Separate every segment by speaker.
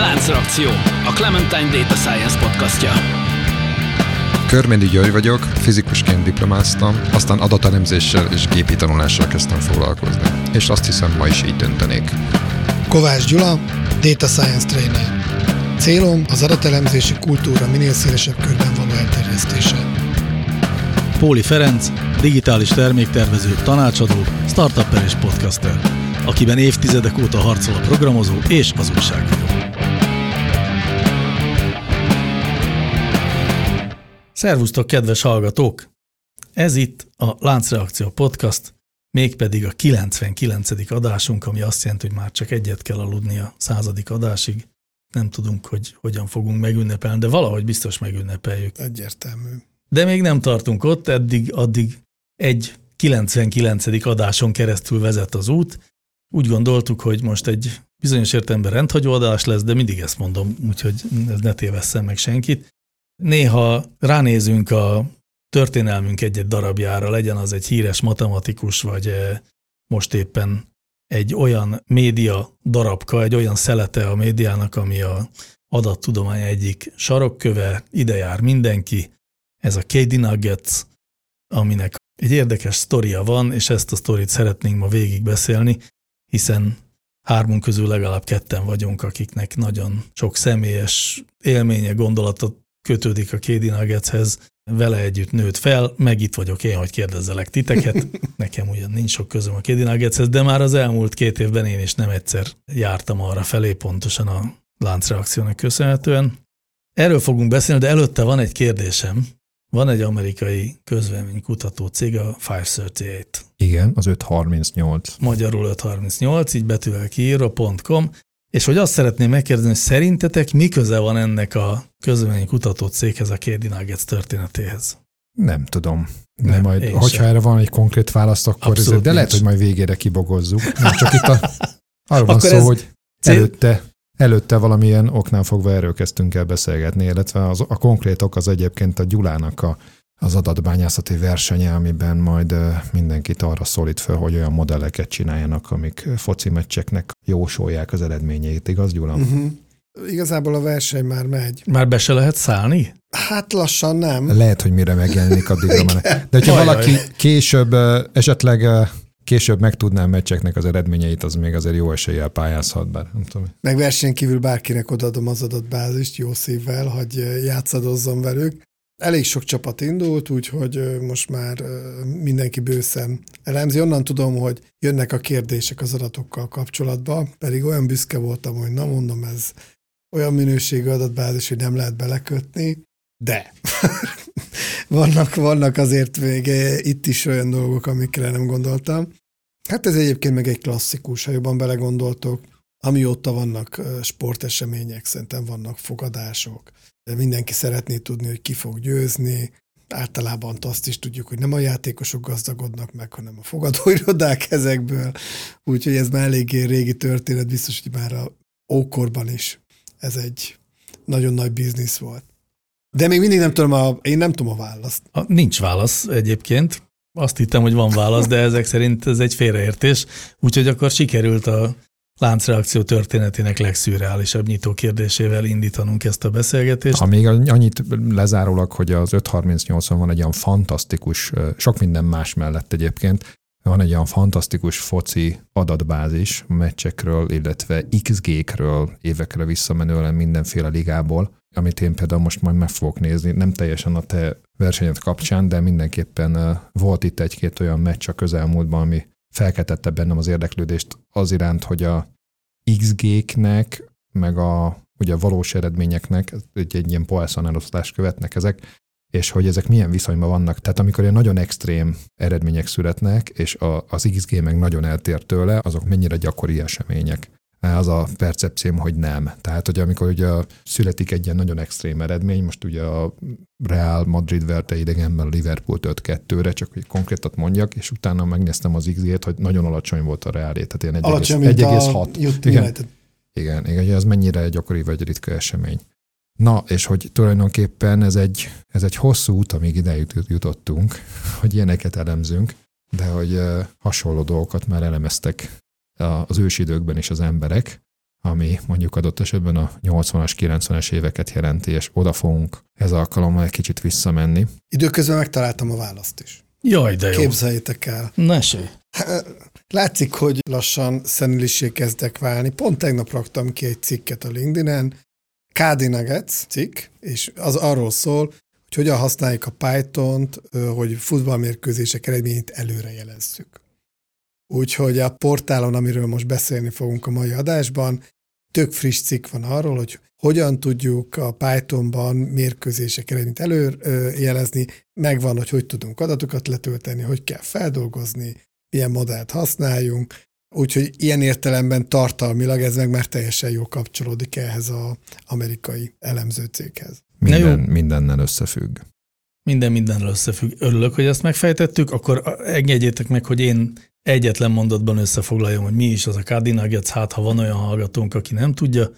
Speaker 1: Láncreakció, a Clementine Data Science podcastja.
Speaker 2: Körméndi György vagyok, fizikusként diplomáztam, aztán adatelemzéssel és gépi tanulással kezdtem foglalkozni. És azt hiszem, ma is így döntenék.
Speaker 3: Kovács Gyula, Data Science Trainer. Célom az adatelemzési kultúra minél szélesebb körben való elterjesztése.
Speaker 4: Póli Ferenc, digitális terméktervező, tanácsadó, startupper és podcaster, akiben évtizedek óta harcol a programozó és az újságíró. Szervusztok, kedves hallgatók! Ez itt a Láncreakció podcast, mégpedig a 99. adásunk, ami azt jelenti, hogy már csak egyet kell aludni a 100. adásig. Nem tudunk, hogy hogyan fogunk megünnepelni, de valahogy biztos megünnepeljük.
Speaker 3: Egyértelmű.
Speaker 4: De még nem tartunk ott, addig egy 99. adáson keresztül vezet az út. Úgy gondoltuk, hogy most egy bizonyos értelemben rendhagyó adás lesz, de mindig ezt mondom, úgyhogy ez ne tévesszem meg senkit. Néha ránézünk a történelmünk egy-egy darabjára, legyen az egy híres matematikus, vagy most éppen egy olyan média darabka, egy olyan szelete a médiának, ami a adattudomány egyik sarokköve, ide jár mindenki. Ez a KD Nuggets, aminek egy érdekes sztoria van, és ezt a sztorit szeretnénk ma végigbeszélni, hiszen hármunk közül legalább ketten vagyunk, akiknek nagyon sok személyes élménye, gondolatot kötődik a KD Nuggetshez, vele együtt nőtt fel, meg itt vagyok én, hogy kérdezzelek titeket. Nekem ugyan nincs sok közöm a KD Nuggetshez, de már az elmúlt 2 évben én is nem egyszer jártam arra felé, pontosan a láncreakciónak köszönhetően. Erről fogunk beszélni, de előtte van egy kérdésem. Van egy amerikai közvéleménykutató cég, a 538.
Speaker 2: Igen, az 538.
Speaker 4: Magyarul 538, így betűvel kiírva.com, és hogy azt szeretném megkérdezni, hogy szerintetek mi köze van ennek a közvéleménykutató céghez, a KD Nuggets történetéhez?
Speaker 2: Nem tudom. De majd, hogyha erre van egy konkrét válasz, akkor de nincs. Lehet, hogy majd végére kibogozzuk. Nem csak itt arról van szó, hogy előtte valamilyen oknál fogva erről kezdtünk el beszélgetni, illetve a konkrét ok az egyébként a Gyulának az adatbányászati versenye, amiben majd mindenkit arra szólít fel, hogy olyan modelleket csináljanak, amik foci meccseknek jósolják az eredményeit. Igaz, Gyula? Uh-huh.
Speaker 3: Igazából a verseny már megy.
Speaker 4: Már be se lehet szállni?
Speaker 3: Hát lassan nem.
Speaker 2: Lehet, hogy mire megjelenik addigra. De hogyha valaki később esetleg később megtudná a meccseknek az eredményeit, az még azért jó eséllyel pályázhat, bár nem tudom.
Speaker 3: Meg versenyen kívül bárkinek odaadom az adatbázist jó szívvel, hogy játszadozzon velük. Elég sok csapat indult, úgyhogy most már mindenki bőszen elemzi. Onnan tudom, hogy jönnek a kérdések az adatokkal kapcsolatban, pedig olyan büszke voltam, hogy na mondom, ez olyan minőségű adatbázis, hogy nem lehet belekötni, de vannak azért még itt is olyan dolgok, amikre nem gondoltam. Hát ez egyébként meg egy klasszikus, ha jobban belegondoltok. Amióta vannak sportesemények, szerintem vannak fogadások. Mindenki szeretné tudni, hogy ki fog győzni. Általában azt is tudjuk, hogy nem a játékosok gazdagodnak meg, hanem a fogadóirodák ezekből. Úgyhogy ez már eléggé régi történet, biztos, hogy már a ókorban is ez egy nagyon nagy biznisz volt. De még mindig én nem tudom a választ.
Speaker 4: Nincs válasz egyébként. Azt hittem, hogy van válasz, de ezek szerint ez egy félreértés. Úgyhogy akkor sikerült a láncreakció történetének legszürreálisabb nyitó kérdésével indítanunk ezt a beszélgetést.
Speaker 2: Ha még annyit lezárólag, hogy az 538-on van egy olyan fantasztikus, sok minden más mellett egyébként, van egy olyan fantasztikus foci adatbázis meccsekről, illetve XG-kről évekre visszamenően mindenféle ligából, amit én például most majd meg fogok nézni, nem teljesen a te versenyed kapcsán, de mindenképpen volt itt egy-két olyan meccs a közelmúltban, ami felkeltette bennem az érdeklődést az iránt, hogy a XG-knek, meg ugye a valós eredményeknek egy ilyen Poisson elosztást követnek ezek, és hogy ezek milyen viszonyban vannak. Tehát amikor ilyen nagyon extrém eredmények születnek, és az XG meg nagyon eltér tőle, azok mennyire gyakori események. Az a percepcióm, hogy nem. Tehát, hogy amikor ugye születik egy ilyen nagyon extrém eredmény, most ugye a Real Madrid verte idegenben a Liverpoolt 5-2-re, csak hogy konkrétat mondjak, és utána megnéztem az XG-t, hogy nagyon alacsony volt a Reálé, tehát ilyen 1,6. Igen, az mennyire gyakori vagy ritka esemény. Na, és hogy tulajdonképpen ez egy hosszú út, amíg ide jutottunk, hogy ilyeneket elemzünk, de hogy hasonló dolgokat már elemeztek az ősidőkben is az emberek, ami mondjuk adott esetben a 80-as, 90-es éveket jelenti, és oda fogunk ez alkalommal egy kicsit visszamenni.
Speaker 3: Időközben megtaláltam a választ is.
Speaker 4: Jaj, de jó.
Speaker 3: Képzeljétek el.
Speaker 4: Mesélj.
Speaker 3: Látszik, hogy lassan szenilissé kezdek válni. Pont tegnap raktam ki egy cikket a LinkedIn-en, KD Nuggets cikk, és az arról szól, hogy hogyan használjuk a Pythont, hogy futballmérkőzések eredményét előrejelezzük. Úgyhogy a portálon, amiről most beszélni fogunk a mai adásban, tök friss cikk van arról, hogy hogyan tudjuk a Pythonban mérkőzések eredményt előjelezni, megvan, hogy tudunk adatokat letölteni, hogy kell feldolgozni, milyen modellt használjunk, úgyhogy ilyen értelemben tartalmilag ez meg már teljesen jól kapcsolódik ehhez az amerikai elemző céghez.
Speaker 2: Mindennel összefügg.
Speaker 4: Mindennel összefügg. Örülök, hogy ezt megfejtettük, akkor engedjétek meg, hogy én egyetlen mondatban összefoglaljam, hogy mi is az a KD Nuggets, hát ha van olyan hallgatónk, aki nem tudja,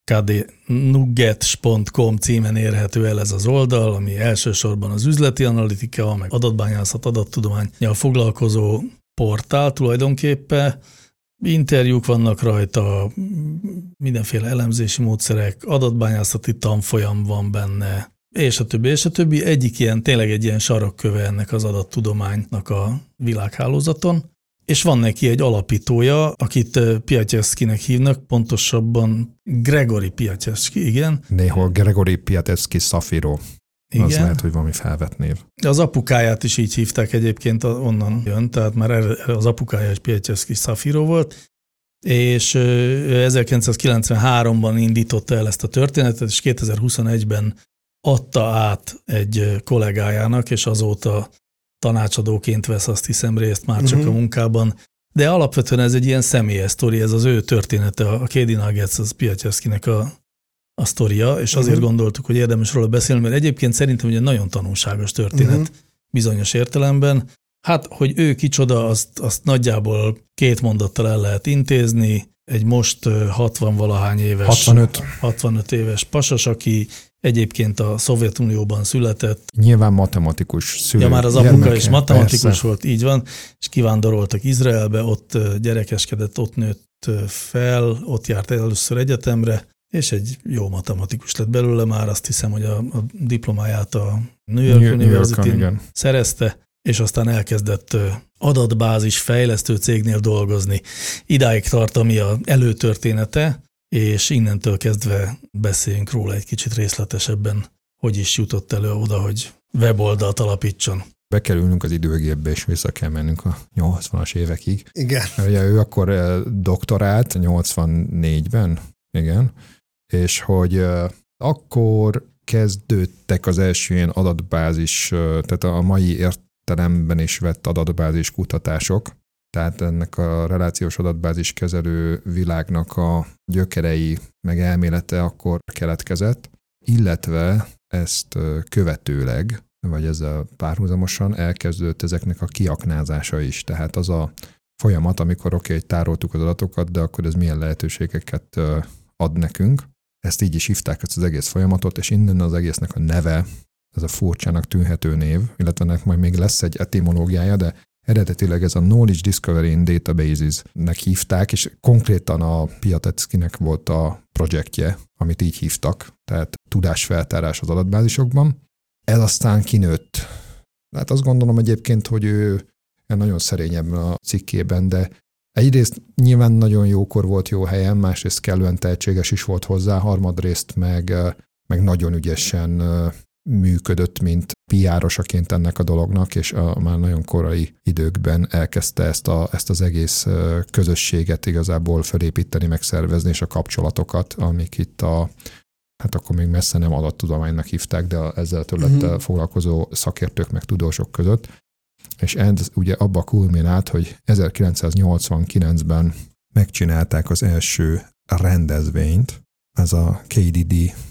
Speaker 4: kdnuggets.com címen érhető el ez az oldal, ami elsősorban az üzleti analitika, meg adatbányászat, adattudománnyal foglalkozó portál tulajdonképpen. Interjúk vannak rajta, mindenféle elemzési módszerek, adatbányászati tanfolyam van benne, és a többi, és a többi. Egyik ilyen, tényleg egy ilyen sarokköve ennek az adattudománynak a világhálózaton. És van neki egy alapítója, akit Piatevszkinek hívnak, pontosabban Gregory Piatevszki, igen.
Speaker 2: Néhol Gregory Piatevszki Szafiro. Igen. Az lehet, hogy valami felvettnév.
Speaker 4: Az apukáját is így hívták egyébként, onnan jön, tehát már az apukája is Piatevszki Szafiro volt, és 1993-ban indította el ezt a történetet, és 2021-ben adta át egy kollégájának, és azóta tanácsadóként vesz, azt hiszem, részt már csak a munkában. De alapvetően ez egy ilyen személyes sztori, ez az ő története, a KD Nuggets, az Piatevszkinek a sztoria, és azért gondoltuk, hogy érdemes róla beszélni, mert egyébként szerintem egy nagyon tanulságos történet bizonyos értelemben. Hát, hogy ő kicsoda, azt nagyjából 2 mondattal el lehet intézni. Egy most 60-valahány éves, 65 éves pasas, aki egyébként a Szovjetunióban született.
Speaker 2: Nyilván matematikus szülő.
Speaker 4: Ja, már az apuka is matematikus volt, így van, és kivándoroltak Izraelbe, ott gyerekeskedett, ott nőtt fel, ott járt először egyetemre, és egy jó matematikus lett belőle, már azt hiszem, hogy a diplomáját a New York University-n szerezte, és aztán elkezdett adatbázis fejlesztő cégnél dolgozni. Idáig tart, ami az előtörténete, és innentől kezdve beszéljünk róla egy kicsit részletesebben, hogy is jutott elő oda, hogy weboldalt alapítson.
Speaker 2: Be kell ülnünk az időgépbe, és vissza kell mennünk a 80-as évekig.
Speaker 3: Igen.
Speaker 2: Ugye ő akkor doktorált 84-ben, igen, és hogy akkor kezdődtek az első ilyen adatbázis, tehát a mai értelemben is vett adatbázis kutatások, tehát ennek a relációs adatbázis kezelő világnak a gyökerei meg elmélete akkor keletkezett, illetve ezt követőleg, vagy ezzel párhuzamosan elkezdődött ezeknek a kiaknázása is. Tehát az a folyamat, amikor tároltuk az adatokat, de akkor ez milyen lehetőségeket ad nekünk. Ezt így is hívták ezt az egész folyamatot, és innen az egésznek a neve, ez a furcsának tűnhető név, illetve ennek majd még lesz egy etimológiája, de eredetileg ez a Knowledge Discovery in Databases-nek hívták, és konkrétan a Piatevszkinek volt a projektje, amit így hívtak, tehát tudásfeltárás az adatbázisokban. Ez aztán kinőtt. Hát azt gondolom egyébként, hogy ő nagyon szerényebb a cikkében, de egyrészt nyilván nagyon jókor volt jó helyen, másrészt kellően tehetséges is volt hozzá, harmadrészt meg nagyon ügyesen működött, mint PR-osaként ennek a dolognak, és már nagyon korai időkben elkezdte ezt az egész közösséget igazából felépíteni, megszervezni, és a kapcsolatokat, amik itt hát akkor még messze nem adattudománynak hívták, de ezzel a területtel foglalkozó szakértők meg tudósok között. És ez ugye abba kulminált, hogy 1989-ben megcsinálták az első rendezvényt, ez a KDD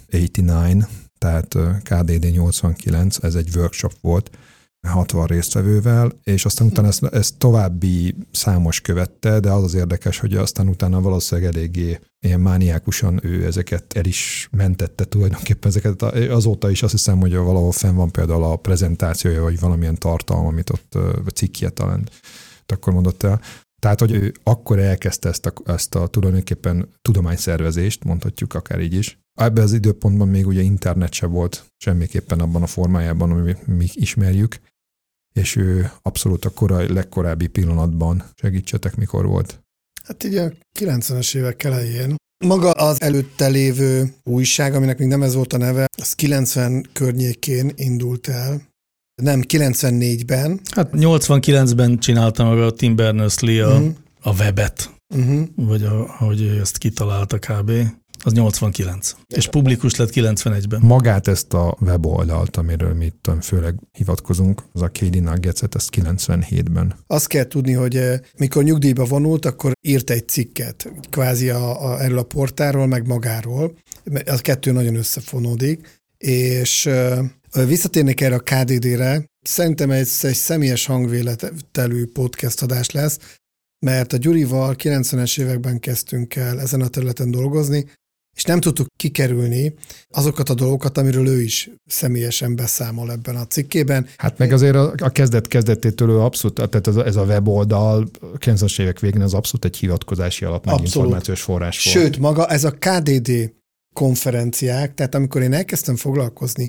Speaker 2: 89, tehát KDD 89, ez egy workshop volt 60 résztvevővel, és aztán utána ezt további számos követte, de az érdekes, hogy aztán utána valószínűleg eléggé ilyen mániákusan ő ezeket el is mentette tulajdonképpen ezeket. Azóta is azt hiszem, hogy valahol fenn van például a prezentációja, vagy valamilyen tartalma, amit ott, vagy cikkje talán, akkor mondott el. Tehát, hogy ő akkor elkezdte ezt a tulajdonképpen tudományszervezést, mondhatjuk akár így is. Ebben az időpontban még ugye internet se volt semmiképpen abban a formájában, amit mi ismerjük, és ő abszolút a legkorábbi pillanatban, segítsetek, mikor volt?
Speaker 3: Hát így a 90-es évek elején. Maga az előtte lévő újság, aminek még nem ez volt a neve, az 90 környékén indult el. Nem, 94-ben.
Speaker 4: Hát 89-ben csinálta meg a Tim Berners-Lee a webet, vagy ahogy ő ezt kitalálta kb. Az 89. És publikus lett 91-ben.
Speaker 2: Magát ezt a weboldalt, amiről mi itt főleg hivatkozunk, az a KD Nuggets-et, ezt 97-ben.
Speaker 3: Azt kell tudni, hogy mikor nyugdíjba vonult, akkor írt egy cikket, kvázi erről a portáról, meg magáról. A kettő nagyon összefonódik, és visszatérnék erre a KDD-re. Szerintem ez egy személyes hangvételű podcast adás lesz, mert a Gyurival 90-es években kezdtünk el ezen a területen dolgozni, és nem tudtuk kikerülni azokat a dolgokat, amiről ő is személyesen beszámol ebben a cikkében.
Speaker 2: Hát meg azért a kezdetétől ő abszolút, tehát ez a weboldal 90-es évek végén az abszolút egy hivatkozási alap, meg információs forrás volt.
Speaker 3: Sőt, maga ez a KDD konferenciák, tehát amikor én elkezdtem foglalkozni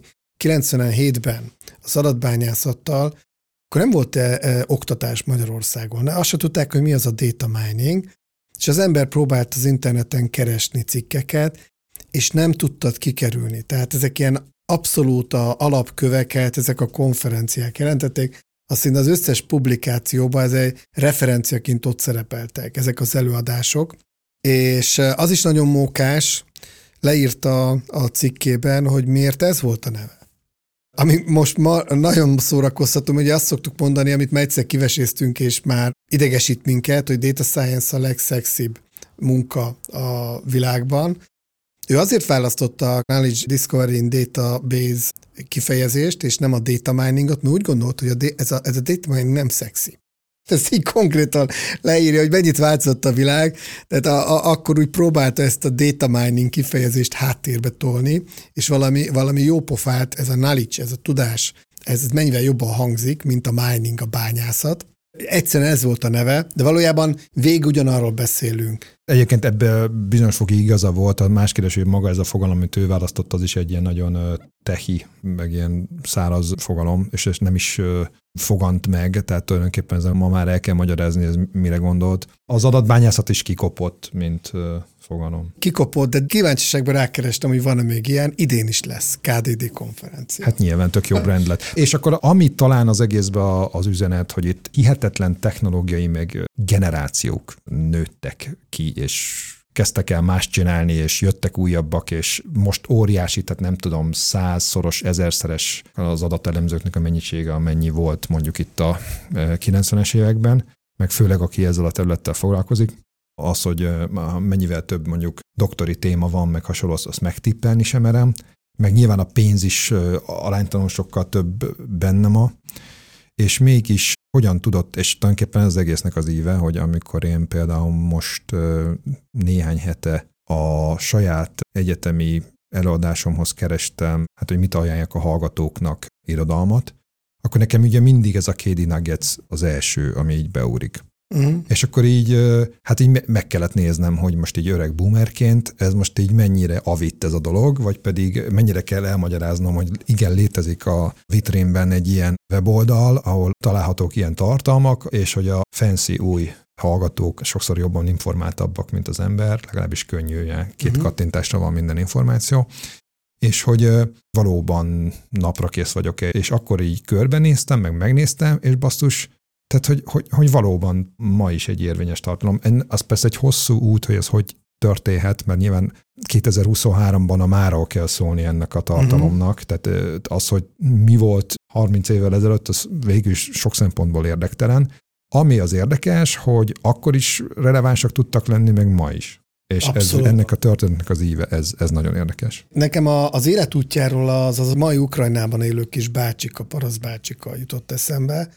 Speaker 3: 97-ben az adatbányászattal, akkor nem volt oktatás Magyarországon. Azt se tudták, hogy mi az a data mining, és az ember próbált az interneten keresni cikkeket, és nem tudtad kikerülni. Tehát ezek ilyen abszolút alapköveket, ezek a konferenciák jelentették, azt az összes publikációban ez egy referenciaként ott szerepeltek, ezek az előadások, és az is nagyon mókás, leírta a cikkében, hogy miért ez volt a neve. Ami most ma nagyon szórakoztató, hogy azt szoktuk mondani, amit már egyszer kiveséztünk, és már idegesít minket, hogy data science a legszexibb munka a világban. Ő azért választotta a Knowledge Discovery in Database kifejezést, és nem a data miningot, mert úgy gondolt, hogy ez a data mining nem szexi. Ez így konkrétan leírja, hogy mennyit változott a világ, tehát akkor úgy próbálta ezt a data mining kifejezést háttérbe tolni, és valami jó pofát, ez a knowledge, ez a tudás, ez mennyivel jobban hangzik, mint a mining, a bányászat. Egyszerűen ez volt a neve, de valójában végig ugyanarról beszélünk.
Speaker 2: Egyébként ebben bizonyos fokig igaza volt, a más kérdés, hogy maga ez a fogalom, amit ő választott, az is egy ilyen nagyon techi, meg ilyen száraz fogalom, és ez nem is fogant meg, tehát tulajdonképpen ezzel ma már el kell magyarázni, ez mire gondolt. Az adatbányászat is kikopott, mint fogalom.
Speaker 3: Kikopott, de kíváncsiságban rákerestem, hogy van-e még ilyen, idén is lesz KDD konferencia.
Speaker 2: Hát nyilván tök jó brand lett. És akkor ami talán az egészben az üzenet, hogy itt hihetetlen technológiai meg generációk nőttek ki, és kezdtek el más csinálni, és jöttek újabbak, és most óriási, tehát nem tudom, 100-szoros, 1000-szeres az adatelemzőknek a mennyisége, amennyi volt mondjuk itt a 90-es években, meg főleg aki ezzel a területtel foglalkozik. Az, hogy mennyivel több mondjuk doktori téma van, meg hasonló, azt megtippelni sem merem, meg nyilván a pénz is aránytalanul sokkal több benne ma, és mégis hogyan tudott, és tulajdonképpen ez az egésznek az íve, hogy amikor én például most néhány hete a saját egyetemi előadásomhoz kerestem, hát hogy mit ajánljak a hallgatóknak irodalmat, akkor nekem ugye mindig ez a KD Nuggets az első, ami így beugrik. És akkor így, hát így meg kellett néznem, hogy most így öreg boomerként ez most így mennyire avitt ez a dolog, vagy pedig mennyire kell elmagyaráznom, hogy igen, létezik a vitrínben egy ilyen weboldal, ahol találhatók ilyen tartalmak, és hogy a fancy új hallgatók sokszor jobban informáltabbak, mint az ember, legalábbis könnyű, két kattintásra van minden információ, és hogy valóban naprakész vagyok, és akkor így körbenéztem, meg megnéztem, és basszus, tehát, hogy valóban ma is egy érvényes tartalom. Az persze egy hosszú út, hogy ez hogy történhet, mert nyilván 2023-ban a máról kell szólni ennek a tartalomnak. Tehát az, hogy mi volt 30 évvel ezelőtt, az végül is sok szempontból érdektelen. Ami az érdekes, hogy akkor is relevánsak tudtak lenni, meg ma is. És ennek a történetnek az íve, ez nagyon érdekes.
Speaker 3: Nekem az életútjáról az mai Ukrajnában élő kis bácsika, Parasz bácsika jutott eszembe,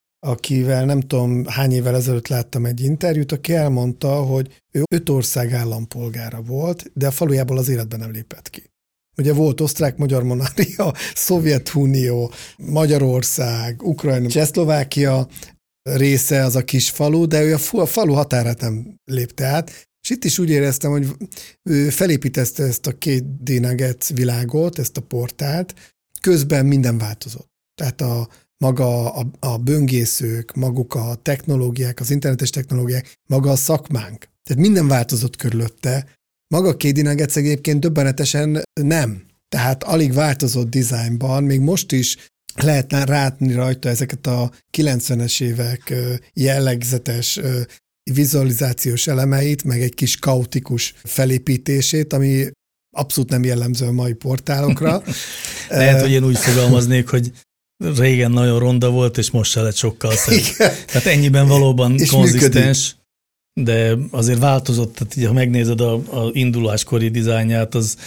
Speaker 3: akivel nem tudom hány évvel ezelőtt láttam egy interjút, aki elmondta, hogy ő 5 ország állampolgára volt, de a falujából az életben nem lépett ki. Ugye volt osztrák-magyar monarchia, Szovjetunió, Magyarország, Ukrajna, Csehszlovákia, része az a kis falu, de ő a falu határát nem lépte át, és itt is úgy éreztem, hogy ő felépítette ezt a 2D Nuggets világot, ezt a portált, közben minden változott. Tehát maga a böngészők, maguk a technológiák, az internetes technológiák, maga a szakmánk. Tehát minden változott körülötte. Maga a 2D Nuggets egyébként döbbenetesen nem. Tehát alig változott dizájnban, még most is lehet látni rajta ezeket a 90-es évek jellegzetes vizualizációs elemeit, meg egy kis kaotikus felépítését, ami abszolút nem jellemző a mai portálokra.
Speaker 4: Lehet, hogy én úgy fogalmaznék, hogy régen nagyon ronda volt, és most se lett sokkal szebb. Tehát ennyiben valóban és konzisztens, működik. De azért változott, tehát ha megnézed a induláskori dizájnját, az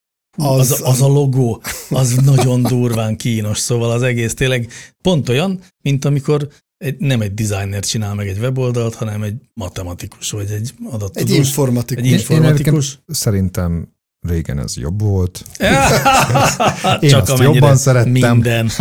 Speaker 4: a logó, az nagyon durván kínos, szóval az egész tényleg pont olyan, mint amikor nem egy designer csinál meg egy weboldalt, hanem egy matematikus, vagy egy adattudós.
Speaker 3: Egy informatikus.
Speaker 4: Egy informatikus.
Speaker 2: Szerintem régen ez jobb volt.
Speaker 4: Én csak azt jobban szerettem. Minden.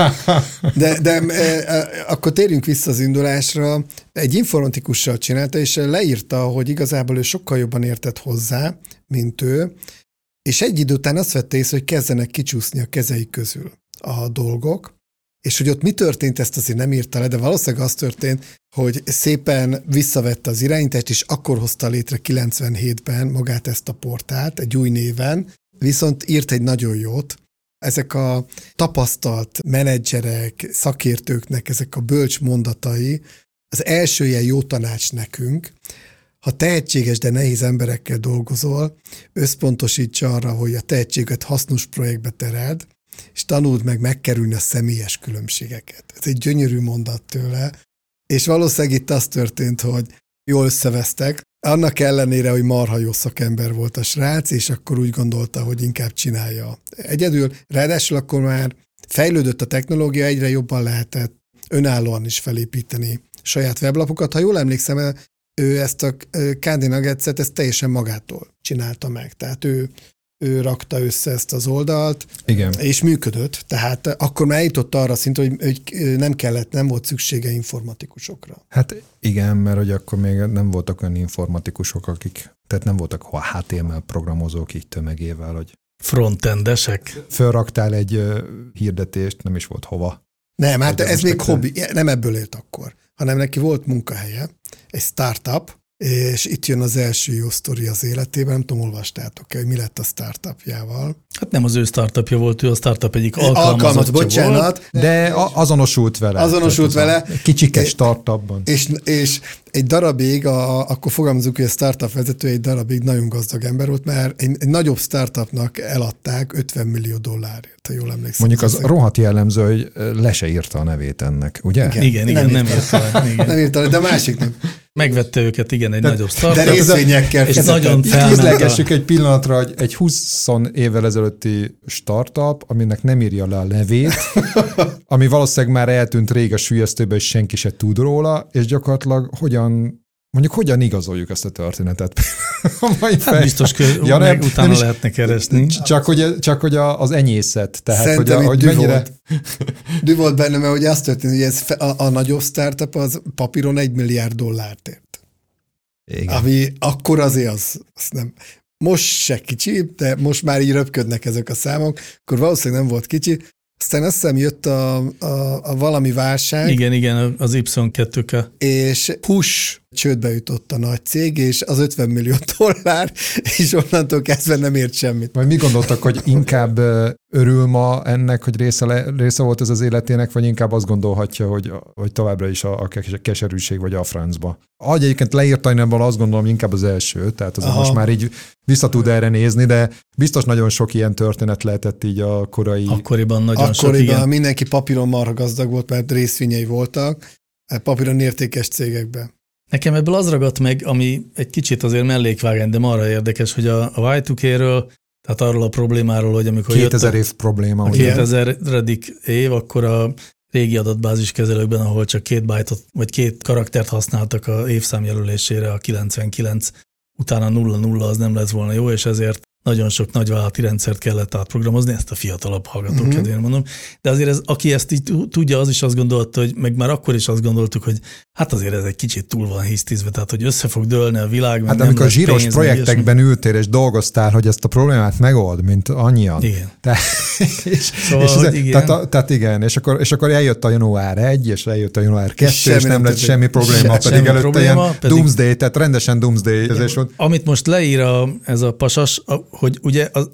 Speaker 3: De akkor térjünk vissza az indulásra. Egy informatikussal csinálta, és leírta, hogy igazából ő sokkal jobban értett hozzá, mint ő, és egy idő után azt vette észre, hogy kezdenek kicsúszni a kezei közül a dolgok, és hogy ott mi történt, ezt azért nem írta le, de valószínűleg az történt, hogy szépen visszavette az irányítást, és akkor hozta létre 97-ben magát ezt a portált, egy új néven, viszont írt egy nagyon jót. Ezek a tapasztalt menedzserek, szakértőknek ezek a bölcs mondatai, az első ilyen jó tanács nekünk, ha tehetséges, de nehéz emberekkel dolgozol, összpontosíts arra, hogy a tehetséget hasznos projektbe tereld, és tanuld meg megkerülni a személyes különbségeket. Ez egy gyönyörű mondat tőle, és valószínűleg itt az történt, hogy jól összevesztek, annak ellenére, hogy marha jó szakember volt a srác, és akkor úgy gondolta, hogy inkább csinálja egyedül. Ráadásul akkor már fejlődött a technológia, egyre jobban lehetett önállóan is felépíteni saját weblapokat. Ha jól emlékszem, ő ezt a 2D Nuggets-et ezt teljesen magától csinálta meg. Tehát ő rakta össze ezt az oldalt,
Speaker 2: igen.
Speaker 3: És működött. Tehát akkor már eljutott arra szint, hogy nem volt szüksége informatikusokra.
Speaker 2: Hát igen, mert hogy akkor még nem voltak olyan informatikusok, tehát nem voltak HTML programozók így tömegével, hogy
Speaker 4: frontendesek.
Speaker 2: Fölraktál egy hirdetést, nem is volt hova.
Speaker 3: Nem, hát ez még hobbi, nem ebből élt akkor, hanem neki volt munkahelye, egy startup, és itt jön az első jó sztori az életében, nem tudom, olvastátok-e, hogy mi lett a startupjával.
Speaker 4: Hát nem az ő startupja volt, ő a startup egyik alkalmazottja
Speaker 3: bocsánat,
Speaker 4: volt.
Speaker 2: De azonosult vele.
Speaker 3: Azonosult vele.
Speaker 2: Kicsike startupban.
Speaker 3: És egy darabig, akkor fogalmazunk, hogy a startup vezető egy darabig nagyon gazdag ember volt, mert egy nagyobb startupnak eladták $50 millió, ha jól emlékszem.
Speaker 2: Mondjuk az rohadt jellemző, hogy le se írta a nevét ennek, ugye?
Speaker 4: Igen, nem írta.
Speaker 3: Nem írta, de a másik nem.
Speaker 4: Megvette őket, igen, egy nagyobb startup.
Speaker 3: De részvényekkel.
Speaker 4: És nagyon
Speaker 2: felmentessük egy pillanatra, hogy egy 20 évvel ezelőtti startup, aminek nem írja le a nevét, ami valószínűleg már eltűnt rég a süllyesztőbe, és senki se tud róla, és gyakorlatilag hogyan igazoljuk ezt a történetet?
Speaker 4: Hát biztos, hogy utána lehetne keresni.
Speaker 2: Csak hogy az enyészet. Tehát,
Speaker 3: szerintem
Speaker 2: hogy mennyire...
Speaker 3: Dű volt benne, mert ugye az történt, hogy ez a nagyobb startup az papíron $1 milliárd ért. Igen. Ami akkor azért az nem... Most se kicsi, de most már így röpködnek ezek a számok, akkor valószínűleg nem volt kicsi. Aztán azt hiszem jött a valami válság.
Speaker 4: Igen, az Y2K.
Speaker 3: És csődbe jutott a nagy cég, és az $50 millió, és onnantól kezdve nem ért semmit.
Speaker 2: Vagy mi gondoltak, hogy inkább örül ma ennek, hogy része volt ez az életének, vagy inkább azt gondolhatja, hogy továbbra is a keserűség vagy a francba? Ahogy egyébként leírta, abban azt gondolom inkább az első, tehát az most már így vissza tud erre nézni, de biztos nagyon sok ilyen történet lehetett így a korai...
Speaker 4: Akkoriban sok, igen.
Speaker 3: Mindenki papíron marha gazdag volt, mert részvényei voltak, papíron értékes cégekben.
Speaker 4: Nekem ebből az ragadt meg, ami egy kicsit azért mellékvágány, de marha érdekes, hogy a Y2K-ről, tehát arról a problémáról, hogy amikor
Speaker 2: 2000 év probléma.
Speaker 4: A 2000. év, akkor a régi adatbázis kezelőkben, ahol csak 2 byte-ot, vagy 2 karaktert használtak a évszám jelölésére, a 99, utána 00 az nem lett volna jó, és ezért nagyon sok nagyvállalati rendszert kellett átprogramozni, ezt a fiatalabb hallgatók kedvéért mondom. De azért aki ezt így tudja, az is azt gondolta, hogy meg már akkor is azt gondoltuk, hogy Hát azért ez egy kicsit túl van hisztizve, tehát hogy össze fog dőlni a világ, meg
Speaker 2: Hát
Speaker 4: nem
Speaker 2: amikor
Speaker 4: lesz
Speaker 2: zsíros
Speaker 4: pénz,
Speaker 2: projektekben ültél és dolgoztál, hogy ezt a problémát megold, mint annyian.
Speaker 4: Igen.
Speaker 2: Szóval,
Speaker 4: igen.
Speaker 2: Tehát igen, és akkor eljött a január 1, és eljött a január 2, és nem lett semmi probléma, pedig előtte ilyen doomsday, tehát rendesen doomsday.
Speaker 4: Amit most leír ez a pasas, hogy ugye a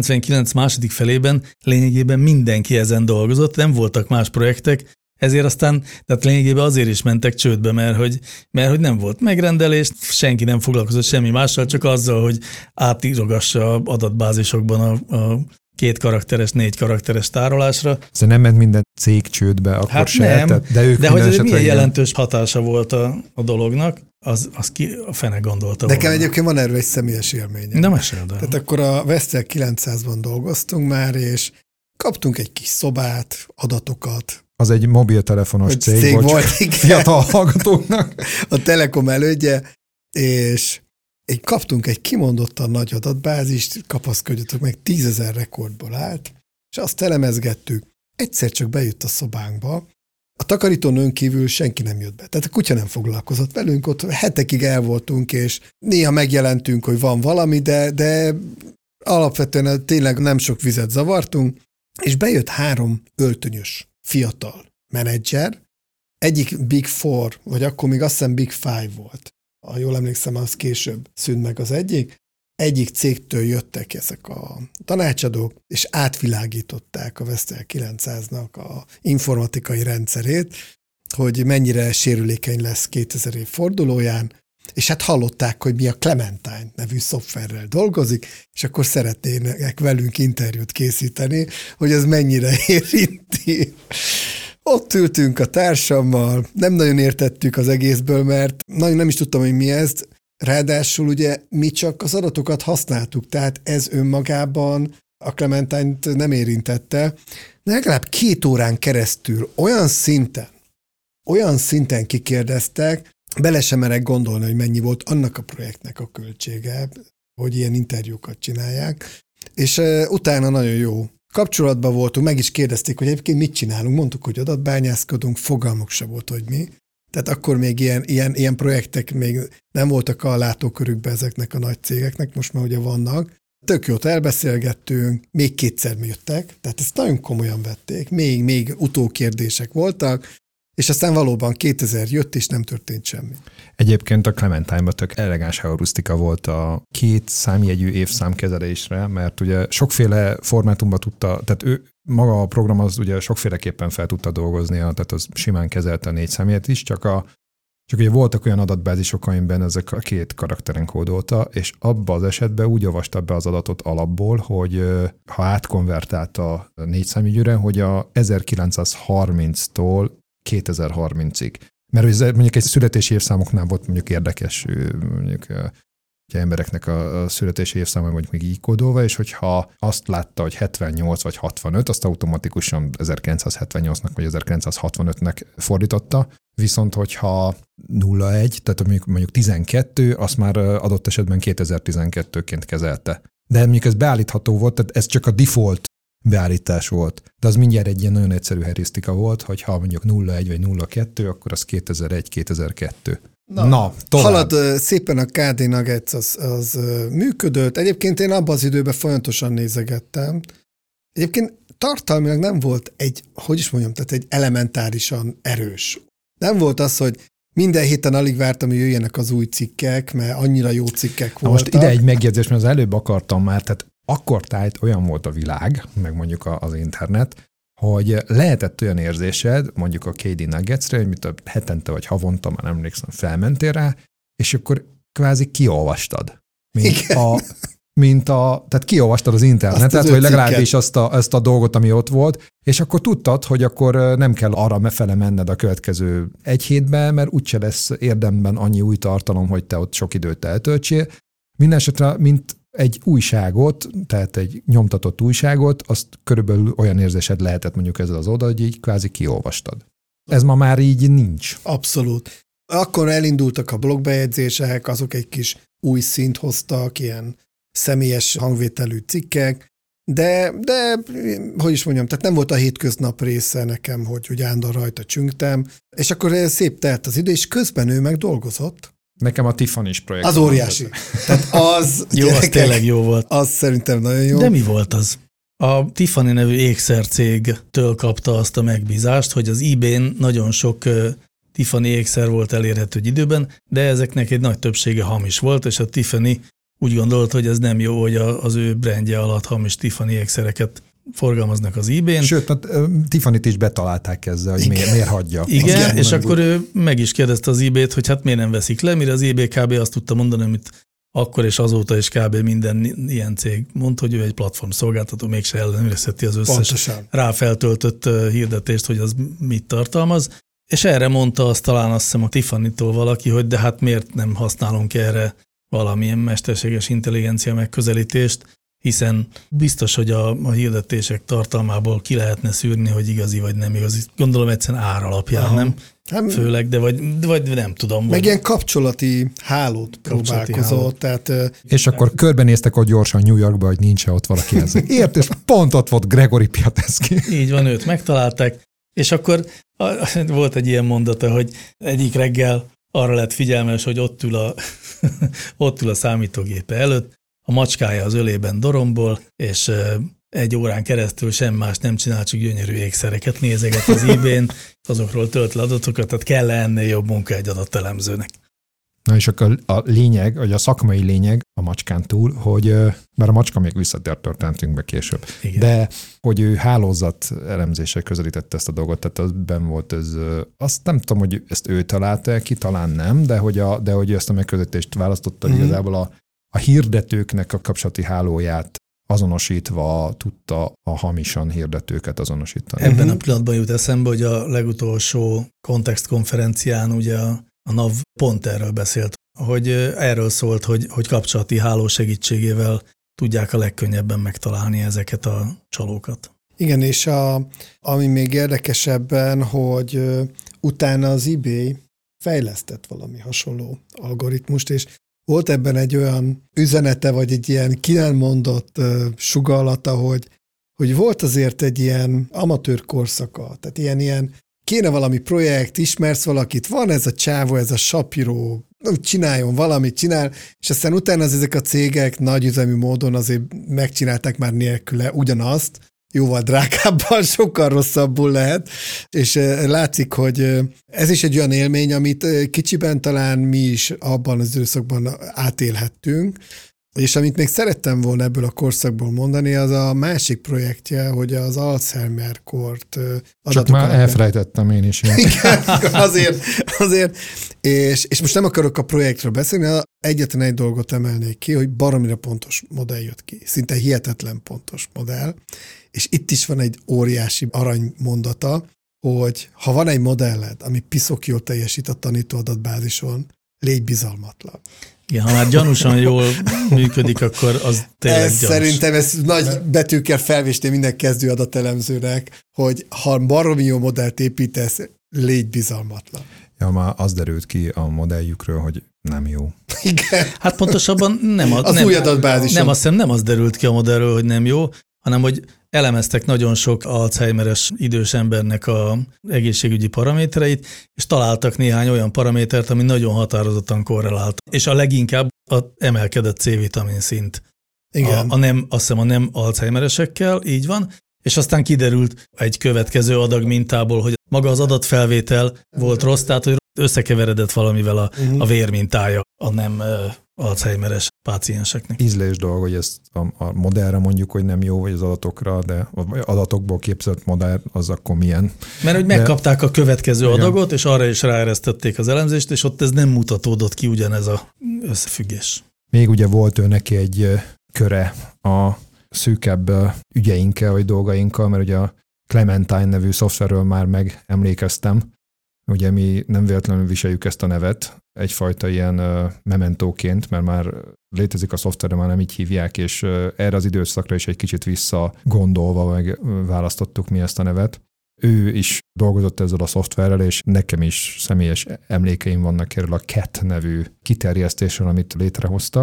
Speaker 4: 99 második felében lényegében mindenki ezen dolgozott, nem voltak más projektek, ezért aztán, tehát lényegében azért is mentek csődbe, mert hogy nem volt megrendelés, senki nem foglalkozott semmi mással, csak azzal, hogy átírogassa adatbázisokban a 2 karakteres, 4 karakteres tárolásra.
Speaker 2: Szóval nem ment minden cég csődbe, akkor
Speaker 4: hát
Speaker 2: se.
Speaker 4: Nem,
Speaker 2: de
Speaker 4: hogy milyen jelentős hatása volt a dolognak, az ki a fene gondolta
Speaker 3: Nekem
Speaker 4: volna.
Speaker 3: egyébként van erről egy személyes élményem.
Speaker 4: De meséld el.
Speaker 3: Tehát akkor a Vestel 900-ban dolgoztunk már, és kaptunk egy kis szobát, adatokat.
Speaker 2: Az egy mobiltelefonos cég volt fiatal hallgatóknak.
Speaker 3: A Telekom elődje, és kaptunk egy kimondottan nagy adatbázist, kapaszkodjatok meg, 10 000 rekordból állt, és azt elemezgettük. Egyszer csak bejött a szobánkba, a takarítónőn kívül senki nem jött be. Tehát a kutya nem foglalkozott velünk, ott hetekig el voltunk, és néha megjelentünk, hogy van valami, de alapvetően tényleg nem sok vizet zavartunk, és bejött 3 öltönyös fiatal menedzser, egyik Big Four, vagy akkor még azt hiszem Big Five volt. Ha jól emlékszem, az később szűnt meg az egyik cégtől jöttek ezek a tanácsadók, és átvilágították a Vestel 900-nak a informatikai rendszerét, hogy mennyire sérülékeny lesz 2000 év fordulóján, és hát hallották, hogy mi a Clementine nevű szoftverrel dolgozik, és akkor szeretnének velünk interjút készíteni, hogy ez mennyire érinti. Ott ültünk a társammal, nem nagyon értettük az egészből, mert nagyon nem is tudtam, hogy mi ez. Ráadásul ugye mi csak az adatokat használtuk, tehát ez önmagában a Clementine-t nem érintette. De legalább 2 órán keresztül olyan szinten kikérdeztek, bele sem merek gondolni, hogy mennyi volt annak a projektnek a költsége, hogy ilyen interjúkat csinálják. És utána nagyon jó kapcsolatban voltunk, meg is kérdezték, hogy egyébként mit csinálunk. Mondtuk, hogy adatbányászkodunk, fogalmuk se volt, hogy mi. Tehát akkor még ilyen projektek még nem voltak a látókörükben ezeknek a nagy cégeknek, most már ugye vannak. Tök jót elbeszélgettünk, még 2-szer jöttek, tehát ezt nagyon komolyan vették, még utókérdések voltak, és aztán valóban 2000 jött, és nem történt semmi.
Speaker 2: Egyébként a Clementine-ban tök elegáns heurisztika volt a 2 számjegyű évszámkezelésre, mert ugye sokféle formátumban tudta, tehát ő maga a program az ugye sokféleképpen fel tudta dolgozni, tehát az simán kezelte a 4 számjegyet is, csak ugye voltak olyan adatbázisok, amiben ezek a 2 karakteren kódolta, és abban az esetben úgy olvasta be az adatot alapból, hogy ha átkonvertált a 4 számjegyűre, hogy a 1930-tól 2030-ig. Mert ez mondjuk egy születési évszámoknál volt mondjuk érdekes, mondjuk embereknek a születési évszáma mondjuk még így kódolva, és hogyha azt látta, hogy 78 vagy 65, azt automatikusan 1978-nak vagy 1965-nek fordította, viszont hogyha 01, tehát mondjuk 12, azt már adott esetben 2012-ként kezelte. De mondjuk ez beállítható volt, tehát ez csak a default beállítás volt. De az mindjárt egy ilyen nagyon egyszerű heurisztika volt, hogy ha mondjuk 01 vagy 02, akkor az 2001-2002. Na tovább.
Speaker 3: Halad szépen a KD Nuggets, az működött. Egyébként én abban az időben folyamatosan nézegettem. Egyébként tartalmilag nem volt tehát egy elementárisan erős. Nem volt az, hogy minden héten alig vártam, hogy jöjjenek az új cikkek, mert annyira jó cikkek voltak.
Speaker 2: Most ide egy megjegyzés, mert az előbb akartam már, tehát akkor tájt olyan volt a világ, meg mondjuk az internet, hogy lehetett olyan érzésed, mondjuk a KD Nuggetsre, hogy mit hetente vagy havonta, már emlékszem, felmentél rá, és akkor kvázi kiolvastad. Tehát kiolvastad az internetet, vagy legalábbis azt a dolgot, ami ott volt, és akkor tudtad, hogy akkor nem kell arra fele menned a következő 1 hétben, mert úgyse lesz érdemben annyi új tartalom, hogy te ott sok időt eltöltsél. Mindenesetre, mint egy újságot, tehát egy nyomtatott újságot, azt körülbelül olyan érzésed lehetett mondjuk ezzel az oldal, hogy így kvázi kiolvastad. Ez ma már így nincs.
Speaker 3: Abszolút. Akkor elindultak a blogbejegyzések, azok egy kis új szint hoztak, ilyen személyes hangvételű cikkek, De, hogy is mondjam, tehát nem volt a hétköznap része nekem, hogy állandóan rajta csüngtem, és akkor szép telt az idő, és közben ő meg dolgozott.
Speaker 2: Nekem a Tiffany-s projekt.
Speaker 3: Az óriási. Tehát az,
Speaker 4: jó, az tényleg jó volt.
Speaker 3: Az szerintem nagyon jó.
Speaker 4: De mi volt az? A Tiffany nevű ékszercégtől kapta azt a megbízást, hogy az eBay-n nagyon sok Tiffany ékszer volt elérhető egy időben, de ezeknek egy nagy többsége hamis volt, és a Tiffany úgy gondolta, hogy ez nem jó, hogy az ő brandje alatt hamis Tiffany ékszereket forgalmaznak az eBay-n.
Speaker 2: Sőt, Tiffany-t is betalálták ezzel, hogy miért hagyja.
Speaker 4: Igen, és akkor ő meg is kérdezte az eBay-t, hogy hát miért nem veszik le, mire az eBay kb. Azt tudta mondani, amit akkor és azóta is kb. Minden ilyen cég mondta, hogy ő egy platform szolgáltató, mégse ellenőrizheti az összes
Speaker 3: Pontosan.
Speaker 4: ráfeltöltött hirdetést, hogy az mit tartalmaz. És erre mondta azt talán azt hiszem a Tiffany-tól valaki, hogy de hát miért nem használunk erre valamilyen mesterséges intelligencia megközelítést, hiszen biztos, hogy a hirdetések tartalmából ki lehetne szűrni, hogy igazi vagy nem igazi. Gondolom egyszerűen ár alapján, nem? Főleg, de vagy nem tudom.
Speaker 3: Meg ilyen kapcsolati hálót próbálkozott. Tehát,
Speaker 2: és akkor körbenéztek ott gyorsan New Yorkba, hogy nincs-e ott valaki ezzel. Ért, és pont ott volt Gregory Piateszki.
Speaker 4: Így van, őt megtalálták, és akkor volt egy ilyen mondata, hogy egyik reggel arra lett figyelmes, hogy ott ül a számítógépe előtt, a macskája az ölében dorombol, és 1 órán keresztül sem más nem csinál, csak gyönyörű ékszereket nézeget az eBay-n, azokról tölt le adatokat, tehát kell ennél jobb munka egy adatelemzőnek.
Speaker 2: Na és akkor a lényeg, vagy a szakmai lényeg a macskán túl, hogy, mert a macska még visszatért történetünkbe később,
Speaker 4: igen.
Speaker 2: De hogy ő hálózat elemzéssel közelítette ezt a dolgot, tehát az benn volt ez, azt nem tudom, hogy ezt ő találta ki, talán nem, de hogy ezt a megközelítést választotta, igazából a hirdetőknek a kapcsolati hálóját azonosítva tudta a hamisan hirdetőket azonosítani.
Speaker 4: Ebben a pillanatban jut eszembe, hogy a legutolsó Context konferencián ugye a NAV pont erről beszélt, hogy erről szólt, hogy kapcsolati háló segítségével tudják a legkönnyebben megtalálni ezeket a csalókat.
Speaker 3: Igen, és ami még érdekesebben, hogy utána az eBay fejlesztett valami hasonló algoritmust, és volt ebben egy olyan üzenete, vagy egy ilyen ki nem mondott sugallata, hogy volt azért egy ilyen amatőr korszaka, tehát ilyen kéne valami projekt, ismersz valakit, van ez a csávó, ez a Shapiro, csináljon valamit, csinál, és aztán utána ezek a cégek nagyüzemű módon azért megcsinálták már nélküle ugyanazt, jóval drágábban, sokkal rosszabbul lehet, és látszik, hogy ez is egy olyan élmény, amit kicsiben talán mi is abban az időszakban átélhettünk, és amit még szerettem volna ebből a korszakból mondani, az a másik projektje, hogy az Alzheimer-kort
Speaker 2: csak már elfelejtettem én is.
Speaker 3: Igen, azért. És most nem akarok a projektről beszélni, egyetlen egy dolgot emelnék ki, hogy baromira pontos modell jött ki. Szinte hihetetlen pontos modell. És itt is van egy óriási aranymondata, hogy ha van egy modelled, ami piszok jól teljesít a tanítóadatbázison, légy bizalmatlan.
Speaker 4: Igen, ha már gyanúsan jól működik, akkor az tényleg gyanús.
Speaker 3: Szerintem ez nagy betűkkel felvésném minden kezdő adatelemzőnek, hogy ha baromi jó modellt építesz, légy bizalmatlan.
Speaker 2: Ja, már az derült ki a modelljükről, hogy nem jó.
Speaker 3: Igen.
Speaker 4: Hát pontosabban nem
Speaker 3: új adatbázison.
Speaker 4: Nem az derült ki a modellről, hogy nem jó, hanem hogy elemeztek nagyon sok Alzheimeres idős embernek a egészségügyi paramétereit, és találtak néhány olyan paramétert, ami nagyon határozottan korrelált. És a leginkább a emelkedett C-vitamin szint.
Speaker 3: Igen.
Speaker 4: Azt hiszem a nem Alzheimeresekkel, így van, és aztán kiderült egy következő adag mintából, hogy maga az adatfelvétel volt rossz, tehát hogy összekeveredett valamivel a vérmintája a nem Alzheimeres pácienseknek.
Speaker 2: Ízlés dolog, hogy ezt a modellre mondjuk, hogy nem jó, vagy az adatokra, de adatokból képzett modell az akkor milyen.
Speaker 4: Mert hogy megkapták a következő adagot, és arra is ráeresztették az elemzést, és ott ez nem mutatódott ki ugyanez az összefüggés.
Speaker 2: Még ugye volt ő neki egy köre a szűkebb ügyeinkkel, vagy dolgainkkal, mert ugye a Clementine nevű szoftverről már megemlékeztem. Ugye mi nem véletlenül viseljük ezt a nevet, egyfajta ilyen mementóként, mert már létezik a szoftver, de már nem így hívják, és erre az időszakra is egy kicsit visszagondolva meg választottuk mi ezt a nevet. Ő is dolgozott ezzel a szoftverrel, és nekem is személyes emlékeim vannak erről a CAT nevű kiterjesztésről, amit létrehoztak.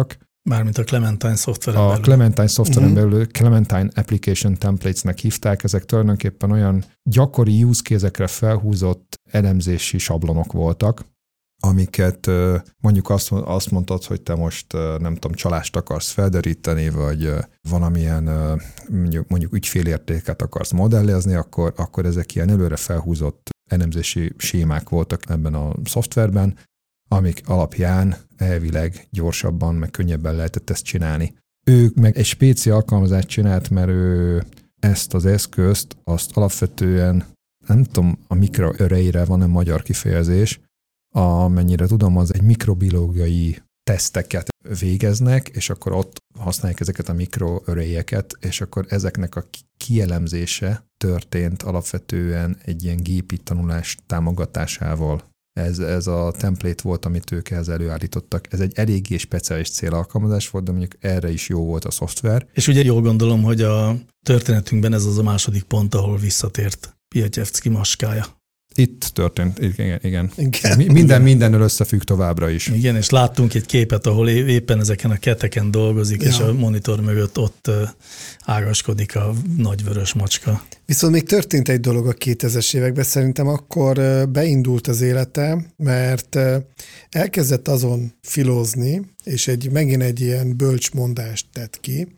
Speaker 4: Mármint a Clementine szoftveren belül.
Speaker 2: A Clementine szoftveren belül Clementine Application Templates-nek hívták, ezek tulajdonképpen olyan gyakori use case-ekre felhúzott elemzési sablonok voltak, amiket mondjuk azt mondtad, hogy te most nem tudom, csalást akarsz felderíteni, vagy valamilyen mondjuk ügyfélértéket akarsz modellezni, akkor ezek ilyen előre felhúzott elemzési sémák voltak ebben a szoftverben, amik alapján elvileg gyorsabban, meg könnyebben lehetett ezt csinálni. Ő meg egy spéci alkalmazást csinált, mert ő ezt az eszközt, azt alapvetően, nem tudom, a mikroarrayre van-e magyar kifejezés, amennyire tudom, az egy mikrobiológiai teszteket végeznek, és akkor ott használják ezeket a mikroarrayeket, és akkor ezeknek a kielemzése történt alapvetően egy ilyen gépi tanulás támogatásával. Ez a template volt, amit ők ehhez előállítottak. Ez egy eléggé speciális célalkalmazás volt, de mondjuk erre is jó volt a szoftver. És
Speaker 4: ugye jól gondolom, hogy a történetünkben ez az a második pont, ahol visszatért Piatyevszky maskája.
Speaker 2: Itt történt, igen. Mindennel összefügg továbbra is.
Speaker 4: Igen, és láttunk egy képet, ahol éppen ezeken a keteken dolgozik, és a monitor mögött ott ágaskodik a nagy vörös macska.
Speaker 3: Viszont még történt egy dolog a 2000-es években, szerintem akkor beindult az élete, mert elkezdett azon filózni, és megint egy ilyen bölcs mondást tett ki,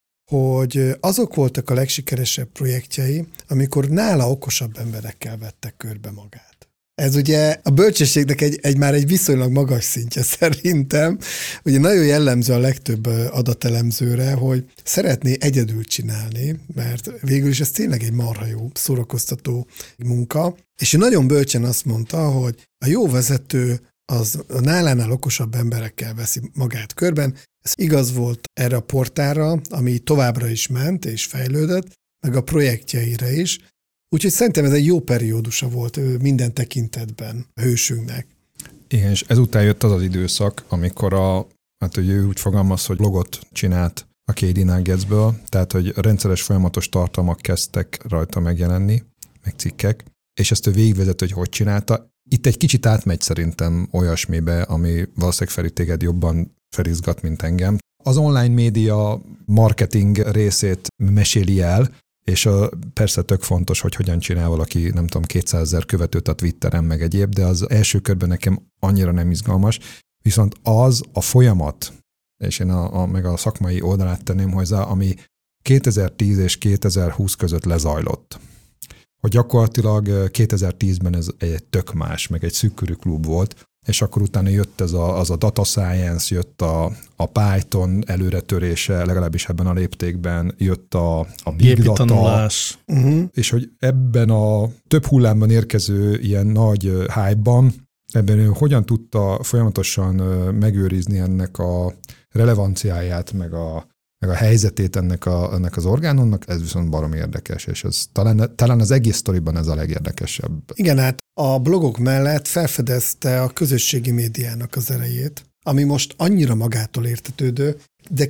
Speaker 3: hogy azok voltak a legsikeresebb projektjei, amikor nála okosabb emberekkel vettek körbe magát. Ez ugye a bölcsességnek már egy viszonylag magas szintje szerintem. Ugye nagyon jellemző a legtöbb adatelemzőre, hogy szeretné egyedül csinálni, mert végül is ez tényleg egy marha jó, szórakoztató munka. És ő nagyon bölcsen azt mondta, hogy a jó vezető az nálánál okosabb emberekkel veszi magát körben. Ez igaz volt erre a portára, ami továbbra is ment és fejlődött, meg a projektjeire is. Úgyhogy szerintem ez egy jó periódusa volt minden tekintetben a hősünknek.
Speaker 2: Igen, és ezután jött az időszak, amikor hogy ő úgy fogalmaz, hogy blogot csinált a KD Nuggetsből, tehát hogy rendszeres folyamatos tartalmak kezdtek rajta megjelenni, meg cikkek, és ezt ő végigvezet, hogy csinálta. Itt egy kicsit átmegy szerintem olyasmibe, ami valószínűleg Feri téged jobban felizgat, mint engem. Az online média marketing részét meséli el, és persze tök fontos, hogy hogyan csinál valaki, nem tudom, 200 000 követőt a Twitteren, meg egyéb, de az első körben nekem annyira nem izgalmas. Viszont az a folyamat, és én meg a szakmai oldalát tenném hozzá, ami 2010 és 2020 között lezajlott. Hogy gyakorlatilag 2010-ben ez egy tök más, meg egy szűkörű klub volt, és akkor utána jött az a data science, jött a Python előretörése, legalábbis ebben a léptékben, jött a big data,
Speaker 4: tanulás.
Speaker 2: És hogy ebben a több hullámban érkező ilyen nagy hype-ban, ebben ő hogyan tudta folyamatosan megőrizni ennek a relevanciáját, meg a helyzetét ennek az orgánonnak, ez viszont baromi érdekes, és ez talán az egész sztoriban ez a legérdekesebb.
Speaker 3: Igen, hát a blogok mellett felfedezte a közösségi médiának az erejét, ami most annyira magától értetődő, de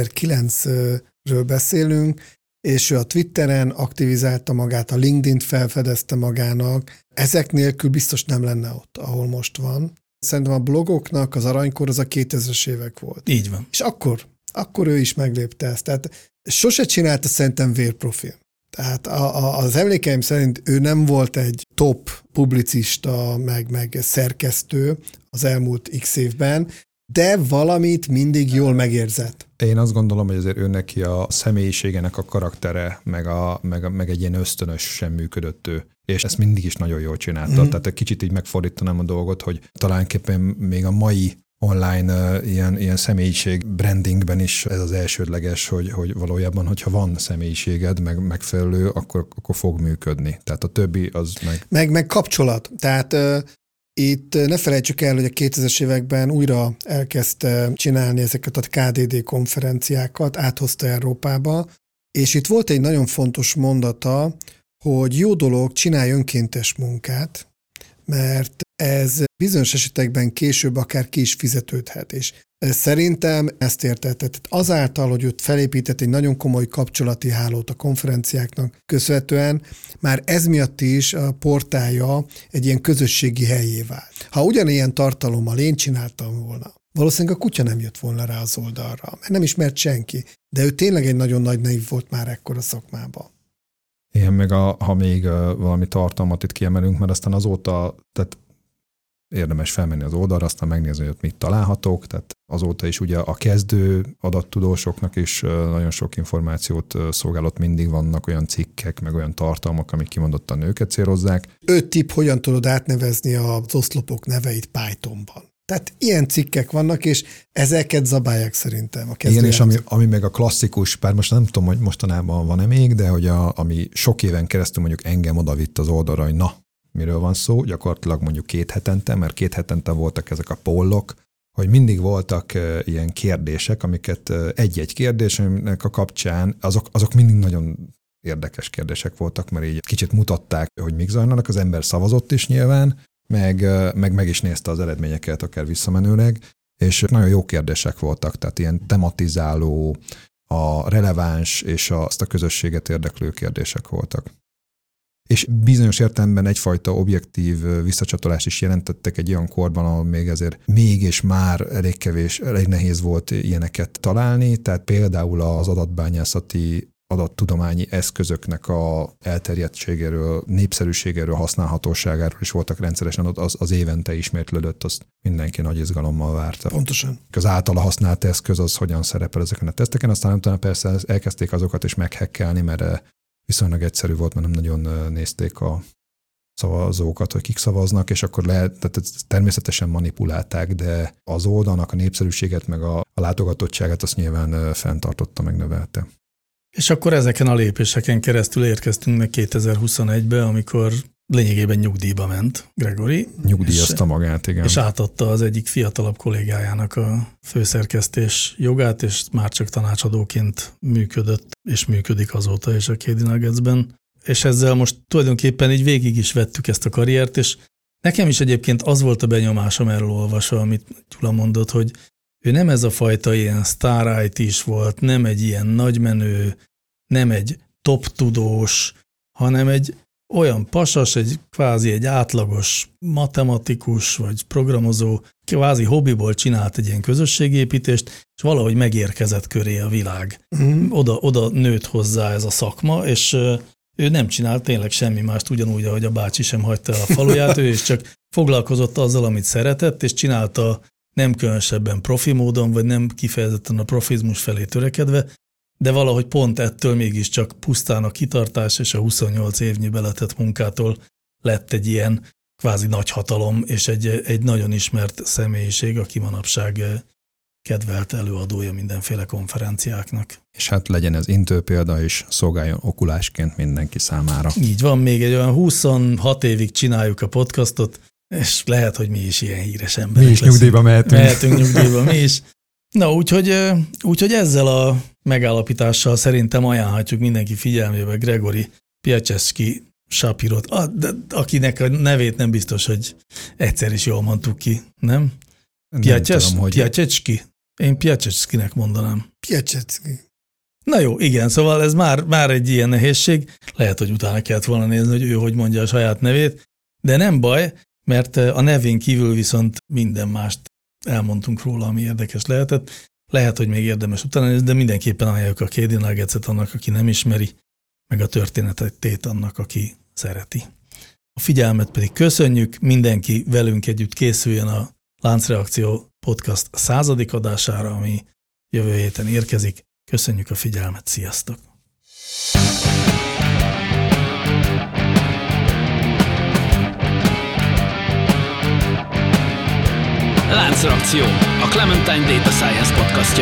Speaker 3: 2009-ről beszélünk, és ő a Twitteren aktivizálta magát, a LinkedIn-t felfedezte magának, ezek nélkül biztos nem lenne ott, ahol most van. Szerintem a blogoknak az aranykor az a 2000-es évek volt.
Speaker 4: Így van.
Speaker 3: És akkor ő is meglépte ezt. Tehát sose csinálta szerintem vérprofil. Tehát az emlékeim szerint ő nem volt egy top publicista, meg szerkesztő az elmúlt x évben, de valamit mindig jól megérzett.
Speaker 2: Én azt gondolom, hogy azért ő neki a személyiségenek a karaktere, meg egy ilyen ösztönösen működött ő. És ezt mindig is nagyon jól csinálta. Tehát egy kicsit így megfordítanám a dolgot, hogy talánképpen még a mai online ilyen személyiség brandingben is ez az elsődleges, hogy valójában, hogyha van személyiséged, meg megfelelő, akkor fog működni. Tehát a többi az
Speaker 3: meg kapcsolat. Tehát itt ne felejtsük el, hogy a 2000-es években újra elkezdte csinálni ezeket a KDD konferenciákat, áthozta Európába, és itt volt egy nagyon fontos mondata, hogy jó dolog, csinálj önkéntes munkát, mert ez bizonyos esetekben később akár ki is fizetődhet. És szerintem ezt értette. Azáltal, hogy őt felépített egy nagyon komoly kapcsolati hálót a konferenciáknak köszönhetően, már ez miatt is a portálja egy ilyen közösségi helyé vált. Ha ugyanilyen tartalommal én csináltam volna valószínűleg a kutya nem jött volna rá az oldalra, mert nem ismert senki. De ő tényleg egy nagyon nagy naiv volt már ekkor a szakmában.
Speaker 2: Igen, meg ha még valami tartalmat itt kiemelünk, mert aztán azóta, tehát érdemes felmenni az oldalra, aztán megnézni, hogy ott mit találhatók, tehát azóta is ugye a kezdő adattudósoknak is nagyon sok információt szolgálott, mindig vannak olyan cikkek, meg olyan tartalmak, amik kimondottan őket célozzák.
Speaker 3: 5 tipp, hogyan tudod átnevezni az oszlopok neveit Pythonban. Tehát ilyen cikkek vannak, és ezeket zabálják szerintem a kezdő.
Speaker 2: Igen, és ami meg a klasszikus, bár most nem tudom, hogy mostanában van-e még, de hogy ami sok éven keresztül mondjuk engem odavitt az oldalra, hogy na, miről van szó, gyakorlatilag mondjuk 2 hetente, mert 2 hetente voltak ezek a pollok, hogy mindig voltak ilyen kérdések, amiket egy-egy kérdés, aminek a kapcsán, azok mindig nagyon érdekes kérdések voltak, mert így kicsit mutatták, hogy mik zajlanak, az ember szavazott is nyilván, meg is nézte az eredményeket, akár visszamenőleg, és nagyon jó kérdések voltak, tehát ilyen tematizáló, a releváns és azt a közösséget érdeklő kérdések voltak. És bizonyos értelemben egyfajta objektív visszacsatolást is jelentettek egy olyan korban, ahol még ezért még és már elég nehéz volt ilyeneket találni, tehát például az adatbányászati adattudományi eszközöknek a elterjedtségéről, népszerűségéről, használhatóságáról is voltak rendszeresen, az évente ismétlődött, azt mindenki nagy izgalommal várta.
Speaker 3: Pontosan.
Speaker 2: Az általa használt eszköz az hogyan szerepel ezeken a teszteken, aztán utána persze elkezdték azokat is meghekkelni, mert viszonylag egyszerű volt, mert nem nagyon nézték a szavazókat, hogy kik szavaznak, és akkor tehát természetesen manipulálták, de az oldalnak a népszerűséget, meg a látogatottságát azt nyilván fenntartotta, meg növelte.
Speaker 4: És akkor ezeken a lépéseken keresztül érkeztünk meg 2021-be, amikor lényegében nyugdíjba ment Gregory.
Speaker 2: Nyugdíjazta magát, igen.
Speaker 4: És átadta az egyik fiatalabb kollégájának a főszerkesztés jogát, és már csak tanácsadóként működött, és működik azóta is a KD Nuggetsben. És ezzel most tulajdonképpen így végig is vettük ezt a karriert, és nekem is egyébként az volt a benyomásom erről olvasva, amit Gyula mondott, hogy ő nem ez a fajta ilyen sztár IT-s volt, nem egy ilyen nagymenő, nem egy top tudós, hanem egy olyan pasas, kvázi átlagos matematikus vagy programozó, kvázi hobbiból csinált egy ilyen közösségépítést, és valahogy megérkezett köré a világ. Oda nőtt hozzá ez a szakma, és ő nem csinált tényleg semmi mást, ugyanúgy, ahogy a bácsi sem hagyta el a faluját, ő is csak foglalkozott azzal, amit szeretett, és csinálta nem különösebben profi módon, vagy nem kifejezetten a profizmus felé törekedve, de valahogy pont ettől mégiscsak pusztán a kitartás és a 28 évnyi beletett munkától lett egy ilyen kvázi nagyhatalom, és egy nagyon ismert személyiség, aki manapság kedvelt előadója mindenféle konferenciáknak.
Speaker 2: És hát legyen ez intő példa, és szolgáljon okulásként mindenki számára.
Speaker 4: Így van, még egy olyan 26 évig csináljuk a podcastot, és lehet, hogy mi is ilyen híres emberek
Speaker 2: mi is leszünk. Nyugdíjba mehetünk.
Speaker 4: Mehetünk nyugdíjba mi is. Na, úgyhogy ezzel a megállapítással szerintem ajánlhatjuk mindenki figyelmébe Gregory Piasecki Shapirot, akinek a nevét nem biztos, hogy egyszer is jól mondtuk ki, nem? Piasecki? Én Piaseckinek mondanám.
Speaker 3: Piasecki.
Speaker 4: Na jó, igen, szóval ez már egy ilyen nehézség. Lehet, hogy utána kellett volna nézni, hogy ő hogy mondja a saját nevét, de nem baj, mert a nevén kívül viszont minden mást elmondtunk róla, ami érdekes lehetett. Lehet, hogy még érdemes utána nézni, de mindenképpen ajánljuk a KD Nuggetset annak, aki nem ismeri, meg a történetét annak, aki szereti. A figyelmet pedig köszönjük, mindenki velünk együtt készüljön a Láncreakció Podcast 100. adására, ami jövő héten érkezik. Köszönjük a figyelmet, sziasztok!
Speaker 1: Láncreakció, a Clementine Data Science podcastja.